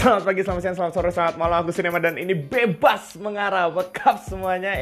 Selamat pagi, selamat siang, selamat sore, selamat malam. Aku Sinema dan ini bebas mengarah. Wake up semuanya.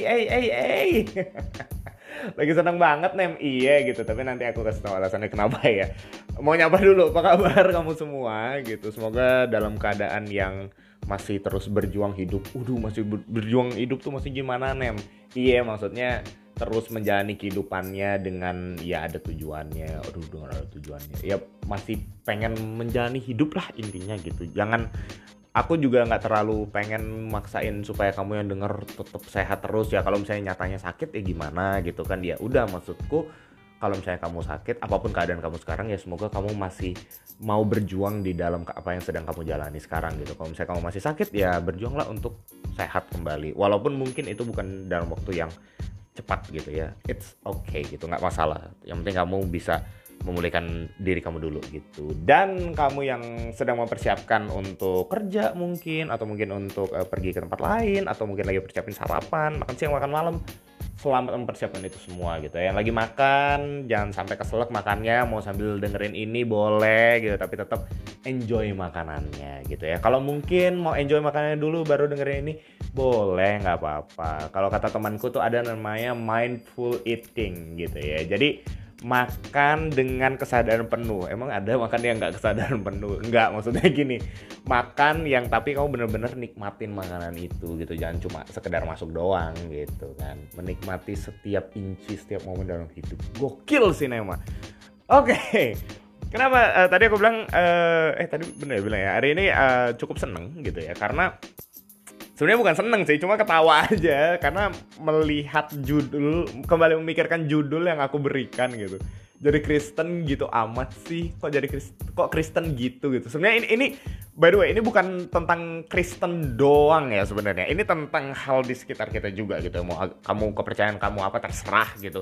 Lagi seneng banget Nem. Iya gitu. Tapi nanti aku kasih tahu alasannya kenapa ya. Mau nyapa dulu. Apa kabar kamu semua gitu. Semoga dalam keadaan yang masih terus berjuang hidup. Masih berjuang hidup tuh masih gimana Nem? Iya maksudnya terus menjalani kehidupannya dengan ya ada tujuannya. Dengan ada tujuannya. Ya masih pengen menjalani hidup lah intinya gitu. Jangan, aku juga nggak terlalu pengen maksain supaya kamu yang denger tetap sehat terus ya. Kalau misalnya nyatanya sakit ya gimana gitu kan. Ya udah, maksudku kalau misalnya kamu sakit, apapun keadaan kamu sekarang ya semoga kamu masih mau berjuang di dalam apa yang sedang kamu jalani sekarang gitu. Kalau misalnya kamu masih sakit ya berjuanglah untuk sehat kembali. Walaupun mungkin itu bukan dalam waktu yang cepat gitu ya, it's okay gitu, nggak masalah. Yang penting kamu bisa memulihkan diri kamu dulu gitu. Dan kamu yang sedang mempersiapkan untuk kerja mungkin, atau mungkin untuk pergi ke tempat lain, atau mungkin lagi persiapin sarapan, makan siang, makan malam, selamat mempersiapkan itu semua gitu. Yang lagi makan jangan sampai keselak makannya, mau sambil dengerin ini boleh gitu, tapi tetap enjoy makanannya gitu ya. Kalau mungkin mau enjoy makanannya dulu baru dengerin ini boleh, nggak apa-apa. Kalau kata temanku tuh ada namanya mindful eating gitu ya. Jadi makan dengan kesadaran penuh. Emang ada makan yang nggak kesadaran penuh? Nggak, maksudnya gini, makan yang tapi kamu bener-bener nikmatin makanan itu gitu. Jangan cuma sekedar masuk doang gitu kan. Menikmati setiap inci, setiap momen dalam hidup. Gokil sih Nema. Oke. Kenapa tadi aku bilang tadi bener bilang ya, hari ini cukup seneng gitu ya, karena sebenarnya bukan seneng sih, cuma ketawa aja karena melihat judul, kembali memikirkan judul yang aku berikan gitu. Jadi Kristen gitu amat sih, kok Kristen gitu. Sebenarnya ini by the way ini bukan tentang Kristen doang ya sebenarnya. Ini tentang hal di sekitar kita juga gitu. Mau kamu kepercayaan kamu apa terserah gitu.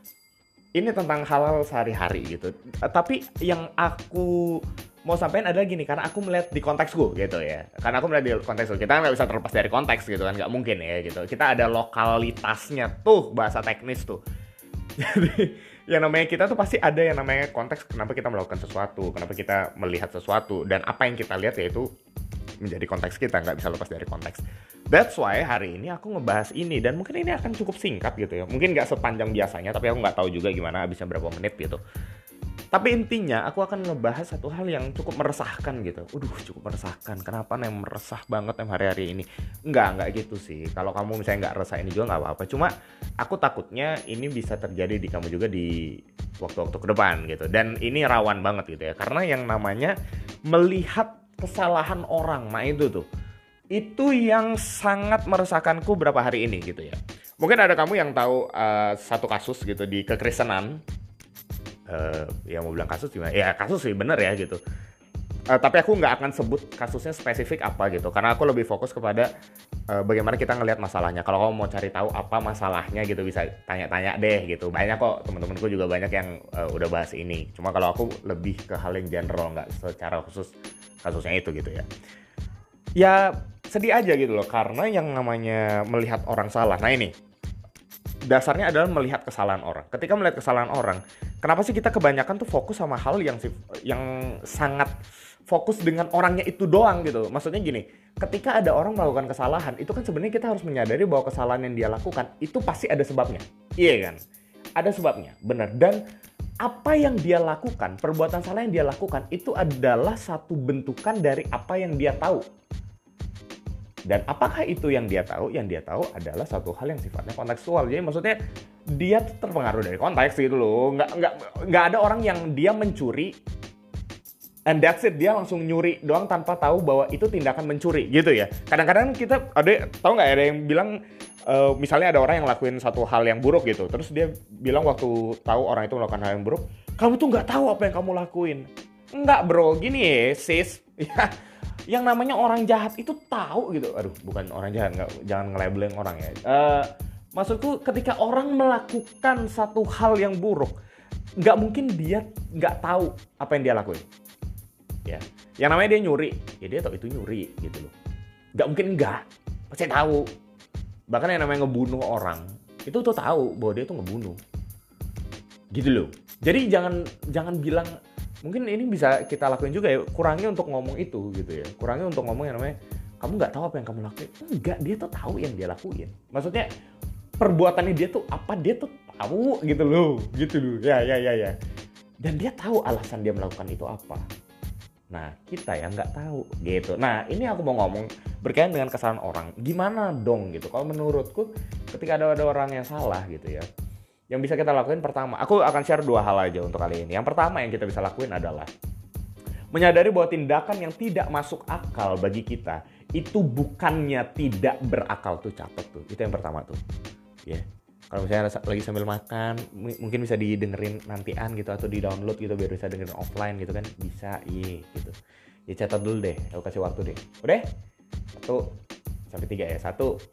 Ini tentang hal sehari-hari gitu. Tapi yang aku mau sampaikan adalah gini, karena aku melihat di konteksku gitu ya. Karena aku melihat di konteksku, kita nggak bisa terlepas dari konteks gitu kan, nggak mungkin ya gitu. Kita ada lokalitasnya tuh, bahasa teknis tuh. Jadi yang namanya kita tuh pasti ada yang namanya konteks, kenapa kita melakukan sesuatu, kenapa kita melihat sesuatu, dan apa yang kita lihat yaitu menjadi konteks kita, nggak bisa lepas dari konteks. That's why hari ini aku ngebahas ini, dan mungkin ini akan cukup singkat gitu ya. Mungkin nggak sepanjang biasanya, tapi aku nggak tahu juga gimana habisnya berapa menit gitu. Tapi intinya aku akan ngebahas satu hal yang cukup meresahkan gitu. Cukup meresahkan. Kenapa nih meresah banget hari-hari ini? Enggak gitu sih. Kalau kamu misalnya nggak resah ini juga nggak apa-apa. Cuma aku takutnya ini bisa terjadi di kamu juga di waktu-waktu ke depan gitu. Dan ini rawan banget gitu ya. Karena yang namanya melihat kesalahan orang, nah itu tuh. Itu yang sangat meresahkanku berapa hari ini gitu ya. Mungkin ada kamu yang tahu satu kasus gitu di kekristenan. Ya mau bilang kasus gimana? Ya kasus sih bener ya gitu. Tapi aku nggak akan sebut kasusnya spesifik apa gitu, karena aku lebih fokus kepada bagaimana kita ngelihat masalahnya. Kalau kamu mau cari tahu apa masalahnya gitu, bisa tanya-tanya deh gitu. Banyak kok teman-temanku juga banyak yang udah bahas ini. Cuma kalau aku lebih ke hal yang general, nggak secara khusus kasusnya itu gitu ya. Ya sedih aja gitu loh, karena yang namanya melihat orang salah. Nah ini dasarnya adalah melihat kesalahan orang. Ketika melihat kesalahan orang, kenapa sih kita kebanyakan tuh fokus sama hal yang sangat fokus dengan orangnya itu doang gitu. Maksudnya gini, ketika ada orang melakukan kesalahan, itu kan sebenarnya kita harus menyadari bahwa kesalahan yang dia lakukan itu pasti ada sebabnya. Iya kan? Ada sebabnya, benar. Dan apa yang dia lakukan, perbuatan salah yang dia lakukan itu adalah satu bentukan dari apa yang dia tahu. Dan apakah itu yang dia tahu? Yang dia tahu adalah satu hal yang sifatnya kontekstual. Jadi maksudnya dia terpengaruh dari konteks gitu loh. Nggak ada orang yang dia mencuri and that's it, dia langsung nyuri doang tanpa tahu bahwa itu tindakan mencuri gitu ya. Kadang-kadang kita tahu nggak ada yang bilang misalnya ada orang yang lakuin satu hal yang buruk gitu. Terus dia bilang waktu tahu orang itu melakukan hal yang buruk, kamu tuh nggak tahu apa yang kamu lakuin. Enggak bro, gini ya sis. Yang namanya orang jahat itu tahu gitu. Bukan orang jahat, jangan nge-labeling orang ya. Maksudku ketika orang melakukan satu hal yang buruk, nggak mungkin dia nggak tahu apa yang dia lakuin. Ya, yang namanya dia nyuri, ya dia tahu itu nyuri gitu loh. Nggak mungkin nggak, pasti tahu. Bahkan yang namanya ngebunuh orang, itu tuh tahu bahwa dia tuh ngebunuh. Gitu loh. Jadi jangan bilang Mungkin ini bisa kita lakuin juga ya, kurangnya untuk ngomong itu gitu ya. Kurangnya untuk ngomong yang namanya, kamu nggak tahu apa yang kamu lakuin. Enggak, dia tuh tahu yang dia lakuin. Maksudnya, perbuatannya dia tuh apa, dia tuh tahu gitu loh. Gitu loh, ya. Dan dia tahu alasan dia melakukan itu apa. Nah, kita yang nggak tahu gitu. Nah, ini aku mau ngomong berkaitan dengan kesalahan orang. Gimana dong gitu. Kalau menurutku, ketika ada orang yang salah gitu ya, yang bisa kita lakuin pertama, aku akan share 2 hal aja untuk kali ini. Yang pertama yang kita bisa lakuin adalah menyadari bahwa tindakan yang tidak masuk akal bagi kita itu bukannya tidak berakal. Tuh catat tuh. Itu yang pertama tuh. Ya. Yeah. Kalau misalnya lagi sambil makan, mungkin bisa didengerin nantian gitu atau di-download gitu biar bisa dengerin offline gitu kan. Bisa, iya gitu. Ya catat dulu deh, aku kasih waktu deh. Udah? 1 sampai 3 ya. 1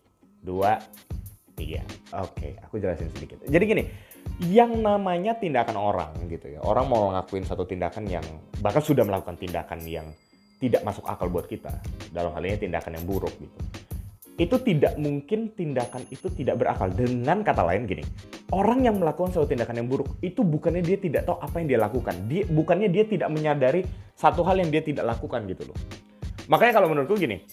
2 3. Oke, aku jelasin sedikit. Jadi gini, yang namanya tindakan orang gitu ya. Orang mau ngelakuin satu tindakan yang bahkan sudah melakukan tindakan yang tidak masuk akal buat kita. Dalam hal ini tindakan yang buruk gitu. Itu tidak mungkin tindakan itu tidak berakal. Dengan kata lain gini, orang yang melakukan suatu tindakan yang buruk itu bukannya dia tidak tahu apa yang dia lakukan. Bukannya dia tidak menyadari satu hal yang dia tidak lakukan gitu loh. Makanya kalau menurutku gini,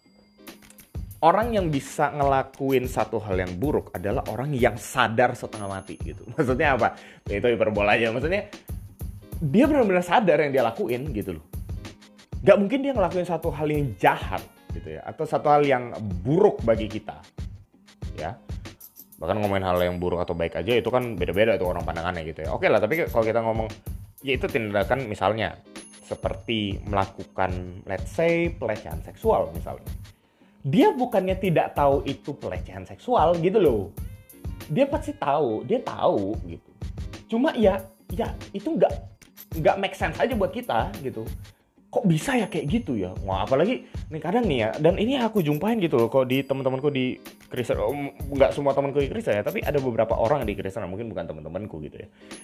orang yang bisa ngelakuin satu hal yang buruk adalah orang yang sadar setengah mati gitu. Maksudnya apa? Itu hiperbola aja. Maksudnya dia benar-benar sadar yang dia lakuin gitu loh. Gak mungkin dia ngelakuin satu hal yang jahat gitu ya, atau satu hal yang buruk bagi kita ya. Bahkan ngomongin hal yang buruk atau baik aja itu kan beda-beda tuh orang pandangannya gitu ya. Oke lah, tapi kalau kita ngomong ya itu tindakan misalnya seperti melakukan let's say pelecehan seksual misalnya, dia bukannya tidak tahu itu pelecehan seksual gitu loh. Dia pasti tahu, dia tahu gitu. Cuma ya itu nggak make sense aja buat kita gitu. Kok bisa ya kayak gitu ya? Wah, apalagi nih kadang nih ya, dan ini aku jumpain gitu loh kok di teman-temanku di Kristen. Nggak semua temanku di Kristen ya, tapi ada beberapa orang di Kristen, mungkin bukan teman-temanku gitu ya.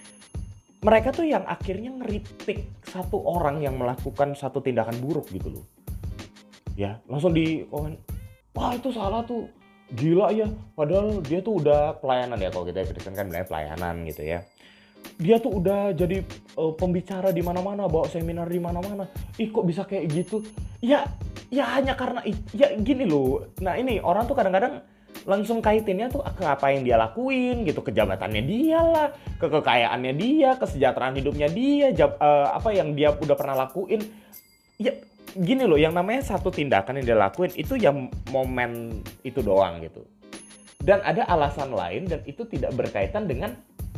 Mereka tuh yang akhirnya ngeritik satu orang yang melakukan satu tindakan buruk gitu loh. Ya, langsung di komen, wah itu salah tuh, gila ya. Padahal dia tuh udah pelayanan ya, kalau kita Kristen kan bilangnya pelayanan gitu ya. Dia tuh udah jadi pembicara di mana-mana, bawa seminar di mana-mana. Ih kok bisa kayak gitu? Ya hanya karena ya gini loh. Nah ini orang tuh kadang-kadang langsung kaitinnya tuh ke apa yang dia lakuin gitu, ke jabatannya dia lah, ke kekayaannya dia, kesejahteraan hidupnya dia, apa yang dia udah pernah lakuin. Ya gini loh, yang namanya satu tindakan yang dia lakuin itu ya momen itu doang gitu. Dan ada alasan lain dan itu tidak berkaitan dengan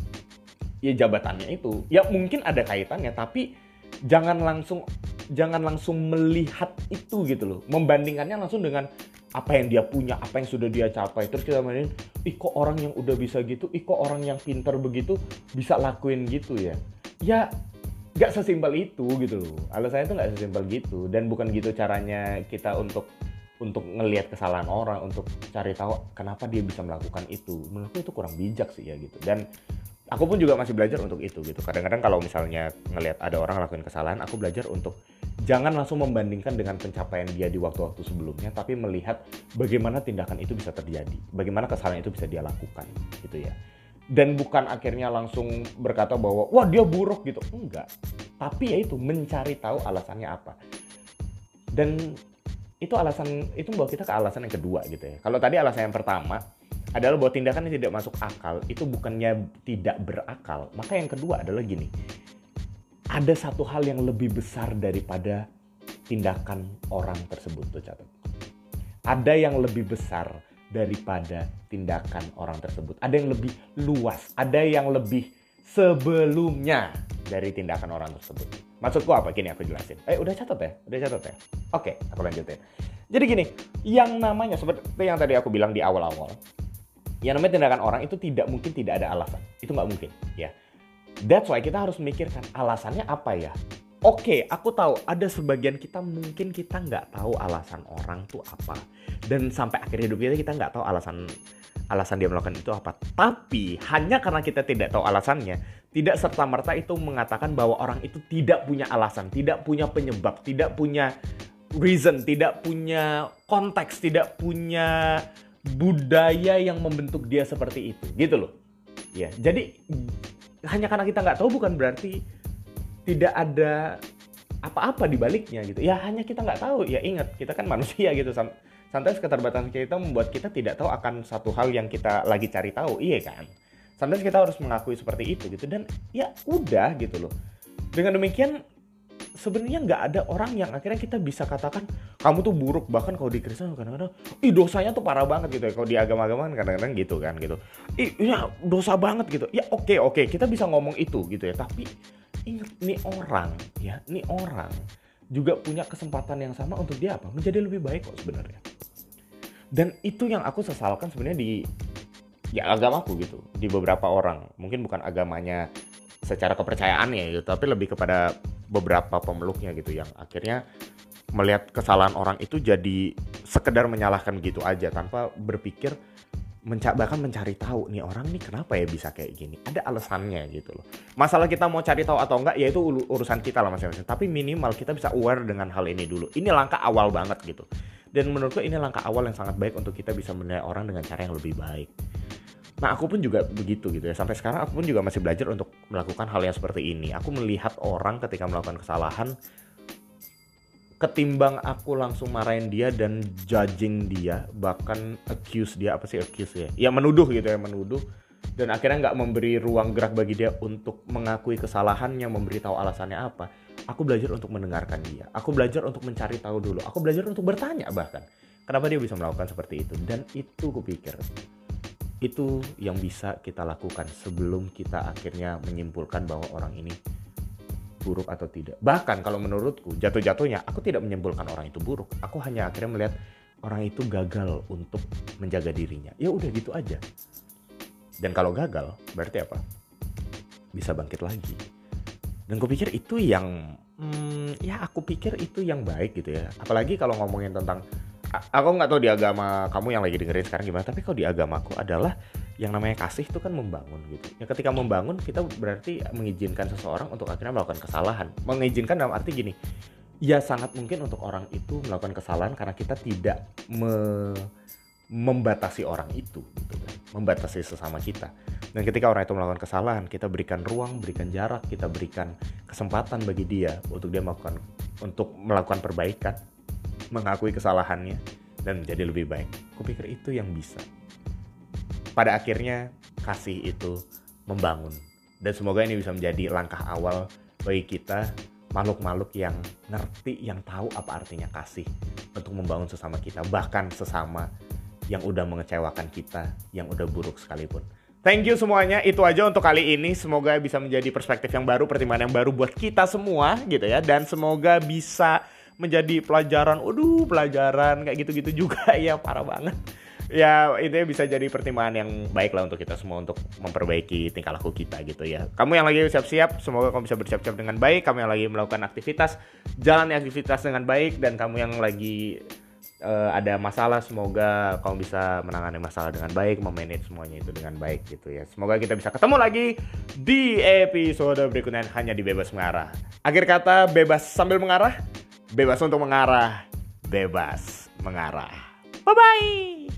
ya jabatannya itu. Ya mungkin ada kaitannya, tapi jangan langsung melihat itu gitu loh. Membandingkannya langsung dengan apa yang dia punya, apa yang sudah dia capai. Terus kita mainin, ih kok orang yang udah bisa gitu, ih kok orang yang pintar begitu bisa lakuin gitu ya. Ya gak sesimpel itu gitu loh. Alasannya itu gak sesimpel gitu. Dan bukan gitu caranya kita untuk ngelihat kesalahan orang, untuk cari tahu kenapa dia bisa melakukan itu. Menurutku itu kurang bijak sih ya gitu. Dan aku pun juga masih belajar untuk itu gitu. Kadang-kadang kalau misalnya ngelihat ada orang ngelakuin kesalahan, aku belajar untuk jangan langsung membandingkan dengan pencapaian dia di waktu-waktu sebelumnya, tapi melihat bagaimana tindakan itu bisa terjadi, bagaimana kesalahan itu bisa dia lakukan gitu ya. Dan bukan akhirnya langsung berkata bahwa wah dia buruk gitu, enggak. Tapi ya itu mencari tahu alasannya apa. Dan itu membawa kita ke alasan yang kedua gitu ya. Kalau tadi alasan yang pertama adalah bahwa tindakan yang tidak masuk akal itu bukannya tidak berakal. Maka yang kedua adalah gini, ada satu hal yang lebih besar daripada tindakan orang tersebut tuh catat. Ada yang lebih besar daripada tindakan orang tersebut. Ada yang lebih luas, ada yang lebih sebelumnya dari tindakan orang tersebut. Maksudku apa? Gini aku jelasin. Udah catat ya? Oke, aku lanjutin. Jadi gini, yang namanya seperti yang tadi aku bilang di awal-awal, yang namanya tindakan orang itu tidak mungkin tidak ada alasan. Itu nggak mungkin, ya. That's why kita harus memikirkan alasannya apa ya. Oke, aku tahu ada sebagian kita mungkin kita nggak tahu alasan orang tuh apa. Dan sampai akhir hidup kita nggak tahu alasan dia melakukan itu apa. Tapi hanya karena kita tidak tahu alasannya, tidak serta-merta itu mengatakan bahwa orang itu tidak punya alasan, tidak punya penyebab, tidak punya reason, tidak punya konteks, tidak punya budaya yang membentuk dia seperti itu, gitu loh. Ya, jadi hanya karena kita nggak tahu bukan berarti tidak ada apa-apa di baliknya gitu. Ya hanya kita nggak tahu. Ya ingat, kita kan manusia gitu. Sometimes keterbatasan kita membuat kita tidak tahu akan satu hal yang kita lagi cari tahu. Iya kan? Sometimes kita harus mengakui seperti itu gitu. Dan ya udah gitu loh. Dengan demikian sebenarnya nggak ada orang yang akhirnya kita bisa katakan kamu tuh buruk. Bahkan kalau di Kristen kadang-kadang dosanya tuh parah banget gitu ya. Kalau di agama-agama kadang-kadang gitu kan gitu. Ya dosa banget gitu. Ya oke, kita bisa ngomong itu gitu ya. Tapi ingat, nih orang juga punya kesempatan yang sama untuk dia apa? Menjadi lebih baik kok sebenarnya. Dan itu yang aku sesalkan sebenarnya di agamaku gitu. Di beberapa orang, mungkin bukan agamanya secara kepercayaannya gitu, tapi lebih kepada beberapa pemeluknya gitu yang akhirnya melihat kesalahan orang itu jadi sekedar menyalahkan gitu aja tanpa berpikir bahkan mencari tahu nih orang nih kenapa ya bisa kayak gini. Ada alasannya gitu loh. Masalah kita mau cari tahu atau enggak ya itu urusan kita lah masing-masing. Tapi minimal kita bisa aware dengan hal ini dulu. Ini langkah awal banget gitu. Dan menurutku ini langkah awal yang sangat baik untuk kita bisa menilai orang dengan cara yang lebih baik. Nah aku pun juga begitu gitu ya. Sampai sekarang aku pun juga masih belajar untuk melakukan hal yang seperti ini. Aku melihat orang ketika melakukan kesalahan, ketimbang aku langsung marahin dia dan judging dia, bahkan accuse dia, ya menuduh gitu ya, menuduh, dan akhirnya nggak memberi ruang gerak bagi dia untuk mengakui kesalahannya, memberitahu alasannya apa. Aku belajar untuk mendengarkan dia, aku belajar untuk mencari tahu dulu, aku belajar untuk bertanya bahkan kenapa dia bisa melakukan seperti itu. Dan itu kupikir itu yang bisa kita lakukan sebelum kita akhirnya menyimpulkan bahwa orang ini buruk atau tidak. Bahkan kalau menurutku jatuh-jatuhnya aku tidak menyimpulkan orang itu buruk. Aku hanya akhirnya melihat orang itu gagal untuk menjaga dirinya. Ya udah gitu aja. Dan kalau gagal berarti apa? Bisa bangkit lagi. Dan kupikir itu yang aku pikir itu yang baik gitu ya. Apalagi kalau ngomongin tentang, aku nggak tahu di agama kamu yang lagi dengerin sekarang gimana, tapi kalau di agamaku adalah yang namanya kasih itu kan membangun gitu. Ya ketika membangun kita berarti mengizinkan seseorang untuk akhirnya melakukan kesalahan. Mengizinkan dalam arti gini, ya sangat mungkin untuk orang itu melakukan kesalahan karena kita tidak membatasi orang itu gitu kan. Membatasi sesama kita. Dan ketika orang itu melakukan kesalahan, kita berikan ruang, berikan jarak, kita berikan kesempatan bagi dia untuk dia melakukan perbaikan, mengakui kesalahannya dan menjadi lebih baik. Kupikir itu yang bisa. Pada akhirnya kasih itu membangun. Dan semoga ini bisa menjadi langkah awal bagi kita, makhluk-makhluk yang ngerti, yang tahu apa artinya kasih, untuk membangun sesama kita, bahkan sesama yang udah mengecewakan kita, yang udah buruk sekalipun. Thank you semuanya, itu aja untuk kali ini. Semoga bisa menjadi perspektif yang baru, pertimbangan yang baru buat kita semua gitu ya. Dan semoga bisa menjadi pelajaran kayak gitu-gitu juga ya, parah banget. Ya itu bisa jadi pertimbangan yang baik lah untuk kita semua untuk memperbaiki tingkah laku kita gitu ya. Kamu yang lagi siap-siap, semoga kamu bisa bersiap-siap dengan baik. Kamu yang lagi melakukan aktivitas, jalani aktivitas dengan baik. Dan kamu yang lagi ada masalah, semoga kamu bisa menangani masalah dengan baik, memanage semuanya itu dengan baik gitu ya. Semoga kita bisa ketemu lagi di episode berikutnya hanya di Bebas Mengarah. Akhir kata, bebas sambil mengarah, bebas untuk mengarah, bebas mengarah. Bye-bye!